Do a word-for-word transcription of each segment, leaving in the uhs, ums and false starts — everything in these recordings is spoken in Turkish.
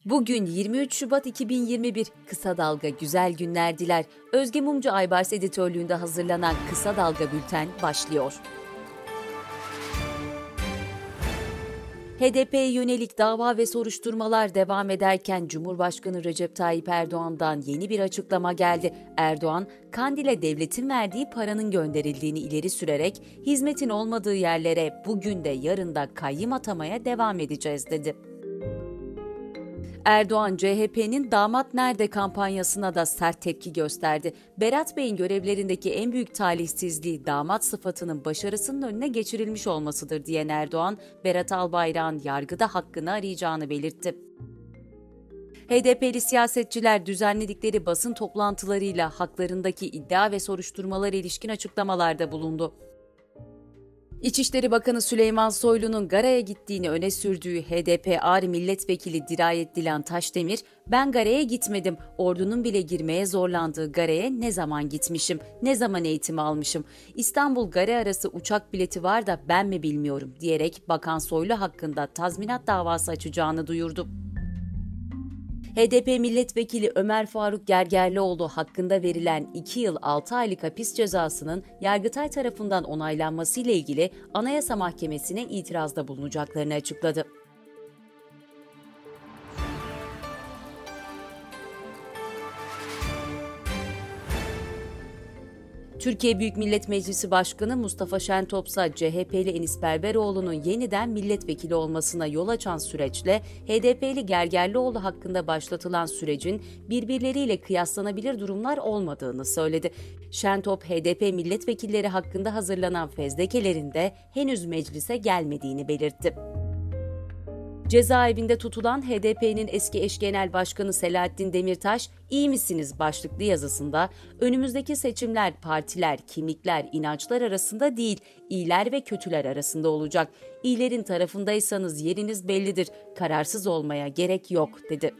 Bugün yirmi üç Şubat iki bin yirmi bir, Kısa Dalga güzel günler diler. Özge Mumcu Aybars editörlüğünde hazırlanan Kısa Dalga Bülten başlıyor. H D P'ye yönelik dava ve soruşturmalar devam ederken Cumhurbaşkanı Recep Tayyip Erdoğan'dan yeni bir açıklama geldi. Erdoğan, Kandil'e devletin verdiği paranın gönderildiğini ileri sürerek hizmetin olmadığı yerlere bugün de yarın da kayyım atamaya devam edeceğiz dedi. Erdoğan, C H P'nin "Damat Nerede?" kampanyasına da sert tepki gösterdi. Berat Bey'in görevlerindeki en büyük talihsizliği damat sıfatının başarısının önüne geçirilmiş olmasıdır diyen Erdoğan, Berat Albayrak'ın yargıda hakkını arayacağını belirtti. H D P'li siyasetçiler düzenledikleri basın toplantılarıyla haklarındaki iddia ve soruşturmalara ilişkin açıklamalarda bulundu. İçişleri Bakanı Süleyman Soylu'nun Gara'ya gittiğini öne sürdüğü H D P Ağrı Milletvekili Dirayet Dilan Taşdemir, "Ben Gara'ya gitmedim, ordunun bile girmeye zorlandığı Gara'ya ne zaman gitmişim, ne zaman eğitim almışım, İstanbul-Gara arası uçak bileti var da ben mi bilmiyorum" diyerek Bakan Soylu hakkında tazminat davası açacağını duyurdu. H D P Milletvekili Ömer Faruk Gergerlioğlu hakkında verilen iki yıl altı aylık hapis cezasının Yargıtay tarafından onaylanması ile ilgili Anayasa Mahkemesi'ne itirazda bulunacaklarını açıkladı. Türkiye Büyük Millet Meclisi Başkanı Mustafa Şentopsa, C H P'li Enis Berberoğlu'nun yeniden milletvekili olmasına yol açan süreçle H D P'li Gergerlioğlu hakkında başlatılan sürecin birbirleriyle kıyaslanabilir durumlar olmadığını söyledi. Şentop, H D P milletvekilleri hakkında hazırlanan fezlekelerin de henüz meclise gelmediğini belirtti. Cezaevinde tutulan H D P'nin eski eş genel başkanı Selahattin Demirtaş, "İyi misiniz?" başlıklı yazısında önümüzdeki seçimler partiler, kimlikler, inançlar arasında değil, iyiler ve kötüler arasında olacak. İyilerin tarafındaysanız yeriniz bellidir, kararsız olmaya gerek yok dedi.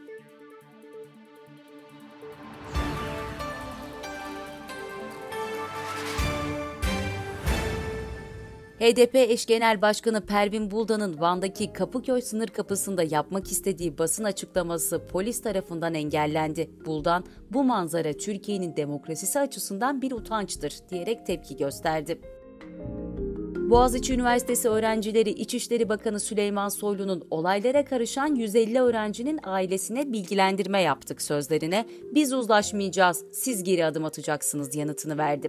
H D P eş genel başkanı Pervin Buldan'ın Van'daki Kapıköy sınır kapısında yapmak istediği basın açıklaması polis tarafından engellendi. Buldan, "Bu manzara Türkiye'nin demokrasisi açısından bir utançtır" diyerek tepki gösterdi. Boğaziçi Üniversitesi öğrencileri İçişleri Bakanı Süleyman Soylu'nun "olaylara karışan yüz elli öğrencinin ailesine bilgilendirme yaptık" sözlerine "Biz uzlaşmayacağız, siz geri adım atacaksınız" yanıtını verdi.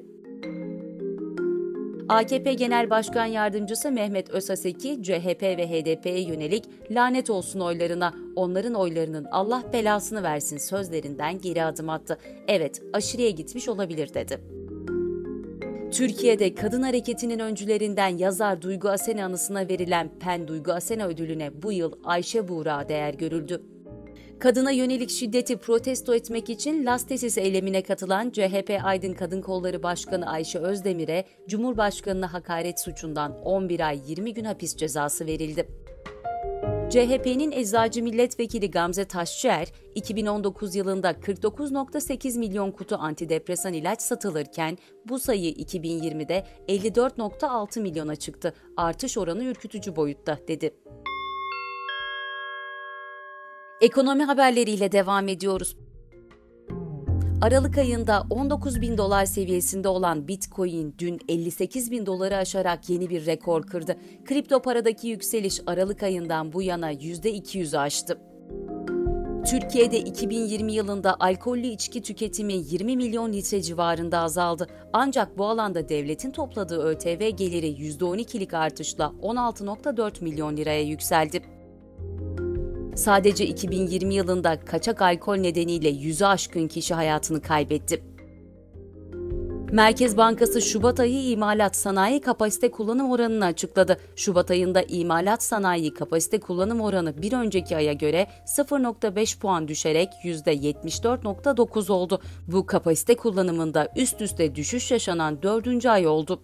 A K P Genel Başkan Yardımcısı Mehmet Özhaseki, C H P ve H D P'ye yönelik "lanet olsun oylarına, onların oylarının Allah belasını versin" sözlerinden geri adım attı. "Evet, aşırıya gitmiş olabilir" dedi. Türkiye'de kadın hareketinin öncülerinden yazar Duygu Asena anısına verilen PEN Duygu Asena ödülüne bu yıl Ayşe Buğra değer görüldü. Kadına yönelik şiddeti protesto etmek için Laz Tesis eylemine katılan C H P Aydın Kadın Kolları Başkanı Ayşe Özdemir'e Cumhurbaşkanı'na hakaret suçundan on bir ay yirmi gün hapis cezası verildi. C H P'nin Eczacı Milletvekili Gamze Taşçıer, iki bin on dokuz yılında kırk dokuz virgül sekiz milyon kutu antidepresan ilaç satılırken bu sayı iki bin yirmide elli dört virgül altı milyona çıktı. Artış oranı ürkütücü boyutta dedi. Ekonomi haberleriyle devam ediyoruz. Aralık ayında on dokuz bin dolar seviyesinde olan Bitcoin dün elli sekiz bin doları aşarak yeni bir rekor kırdı. Kripto paradaki yükseliş Aralık ayından bu yana yüzde iki yüzü aştı. Türkiye'de iki bin yirmi yılında alkollü içki tüketimi yirmi milyon litre civarında azaldı. Ancak bu alanda devletin topladığı Ö T V geliri yüzde on ikilik artışla on altı virgül dört milyon liraya yükseldi. Sadece iki bin yirmi yılında kaçak alkol nedeniyle yüzü aşkın kişi hayatını kaybetti. Merkez Bankası Şubat ayı imalat sanayi kapasite kullanım oranını açıkladı. Şubat ayında imalat sanayi kapasite kullanım oranı bir önceki aya göre sıfır virgül beş puan düşerek yüzde yetmiş dört virgül dokuz oldu. Bu kapasite kullanımında üst üste düşüş yaşanan dördüncü ay oldu.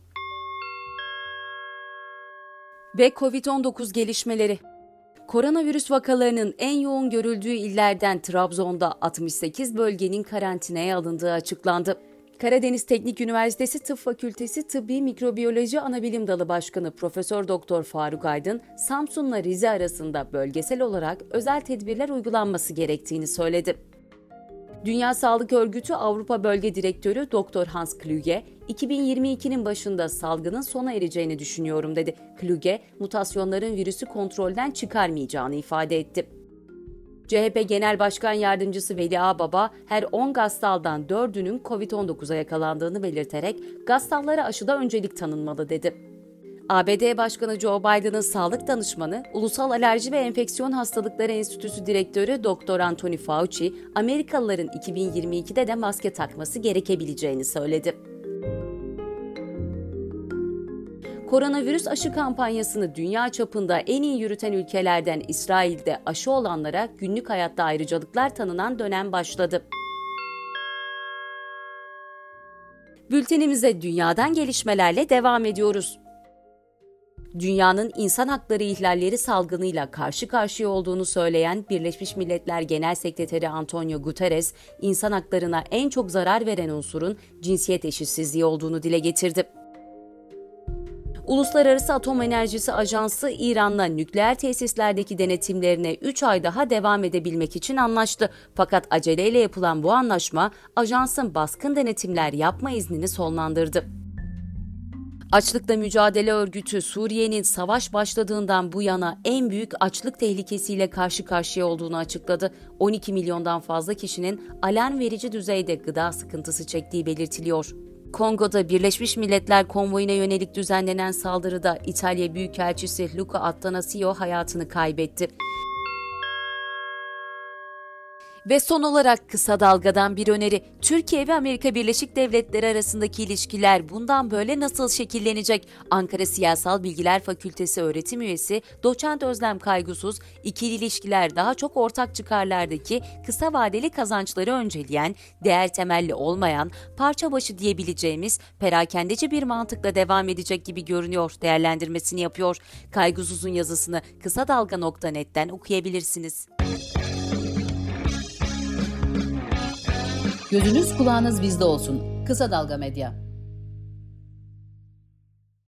Ve kovid on dokuz gelişmeleri. Koronavirüs vakalarının en yoğun görüldüğü illerden Trabzon'da altmış sekiz bölgenin karantinaya alındığı açıklandı. Karadeniz Teknik Üniversitesi Tıp Fakültesi Tıbbi Mikrobiyoloji Anabilim Dalı Başkanı Profesör Doktor Faruk Aydın, Samsun'la Rize arasında bölgesel olarak özel tedbirler uygulanması gerektiğini söyledi. Dünya Sağlık Örgütü Avrupa Bölge Direktörü Doktor Hans Kluge, iki bin yirmi ikinin başında salgının sona ereceğini düşünüyorum dedi. Kluge, mutasyonların virüsü kontrolden çıkarmayacağını ifade etti. C H P Genel Başkan Yardımcısı Veli Ağbaba, her on Gastal'dan dördünün kovid on dokuza yakalandığını belirterek Gastallara aşıda öncelik tanınmalı dedi. A B D Başkanı Joe Biden'ın sağlık danışmanı, Ulusal Alerji ve Enfeksiyon Hastalıkları Enstitüsü Direktörü Doktor Anthony Fauci, Amerikalıların iki bin yirmi ikide de maske takması gerekebileceğini söyledi. Koronavirüs aşı kampanyasını dünya çapında en iyi yürüten ülkelerden İsrail'de aşı olanlara günlük hayatta ayrıcalıklar tanınan dönem başladı. Bültenimize dünyadan gelişmelerle devam ediyoruz. Dünyanın insan hakları ihlalleri salgınıyla karşı karşıya olduğunu söyleyen Birleşmiş Milletler Genel Sekreteri Antonio Guterres, insan haklarına en çok zarar veren unsurun cinsiyet eşitsizliği olduğunu dile getirdi. Uluslararası Atom Enerjisi Ajansı, İran'la nükleer tesislerdeki denetimlerine üç ay daha devam edebilmek için anlaştı. Fakat aceleyle yapılan bu anlaşma, ajansın baskın denetimler yapma iznini sonlandırdı. Açlıkla Mücadele Örgütü, Suriye'nin savaş başladığından bu yana en büyük açlık tehlikesiyle karşı karşıya olduğunu açıkladı. on iki milyondan fazla kişinin alarm verici düzeyde gıda sıkıntısı çektiği belirtiliyor. Kongo'da Birleşmiş Milletler konvoyuna yönelik düzenlenen saldırıda İtalya Büyükelçisi Luca Attanasio hayatını kaybetti. Ve son olarak kısa dalgadan bir öneri. Türkiye ve Amerika Birleşik Devletleri arasındaki ilişkiler bundan böyle nasıl şekillenecek? Ankara Siyasal Bilgiler Fakültesi öğretim üyesi Doçent Özlem Kaygusuz, ikili ilişkiler daha çok ortak çıkarlardaki kısa vadeli kazançları önceleyen, değer temelli olmayan, parça başı diyebileceğimiz perakendeci bir mantıkla devam edecek gibi görünüyor değerlendirmesini yapıyor. Kaygusuz'un yazısını kısa dalga nokta net'ten okuyabilirsiniz. Gözünüz kulağınız bizde olsun. Kısa Dalga Medya.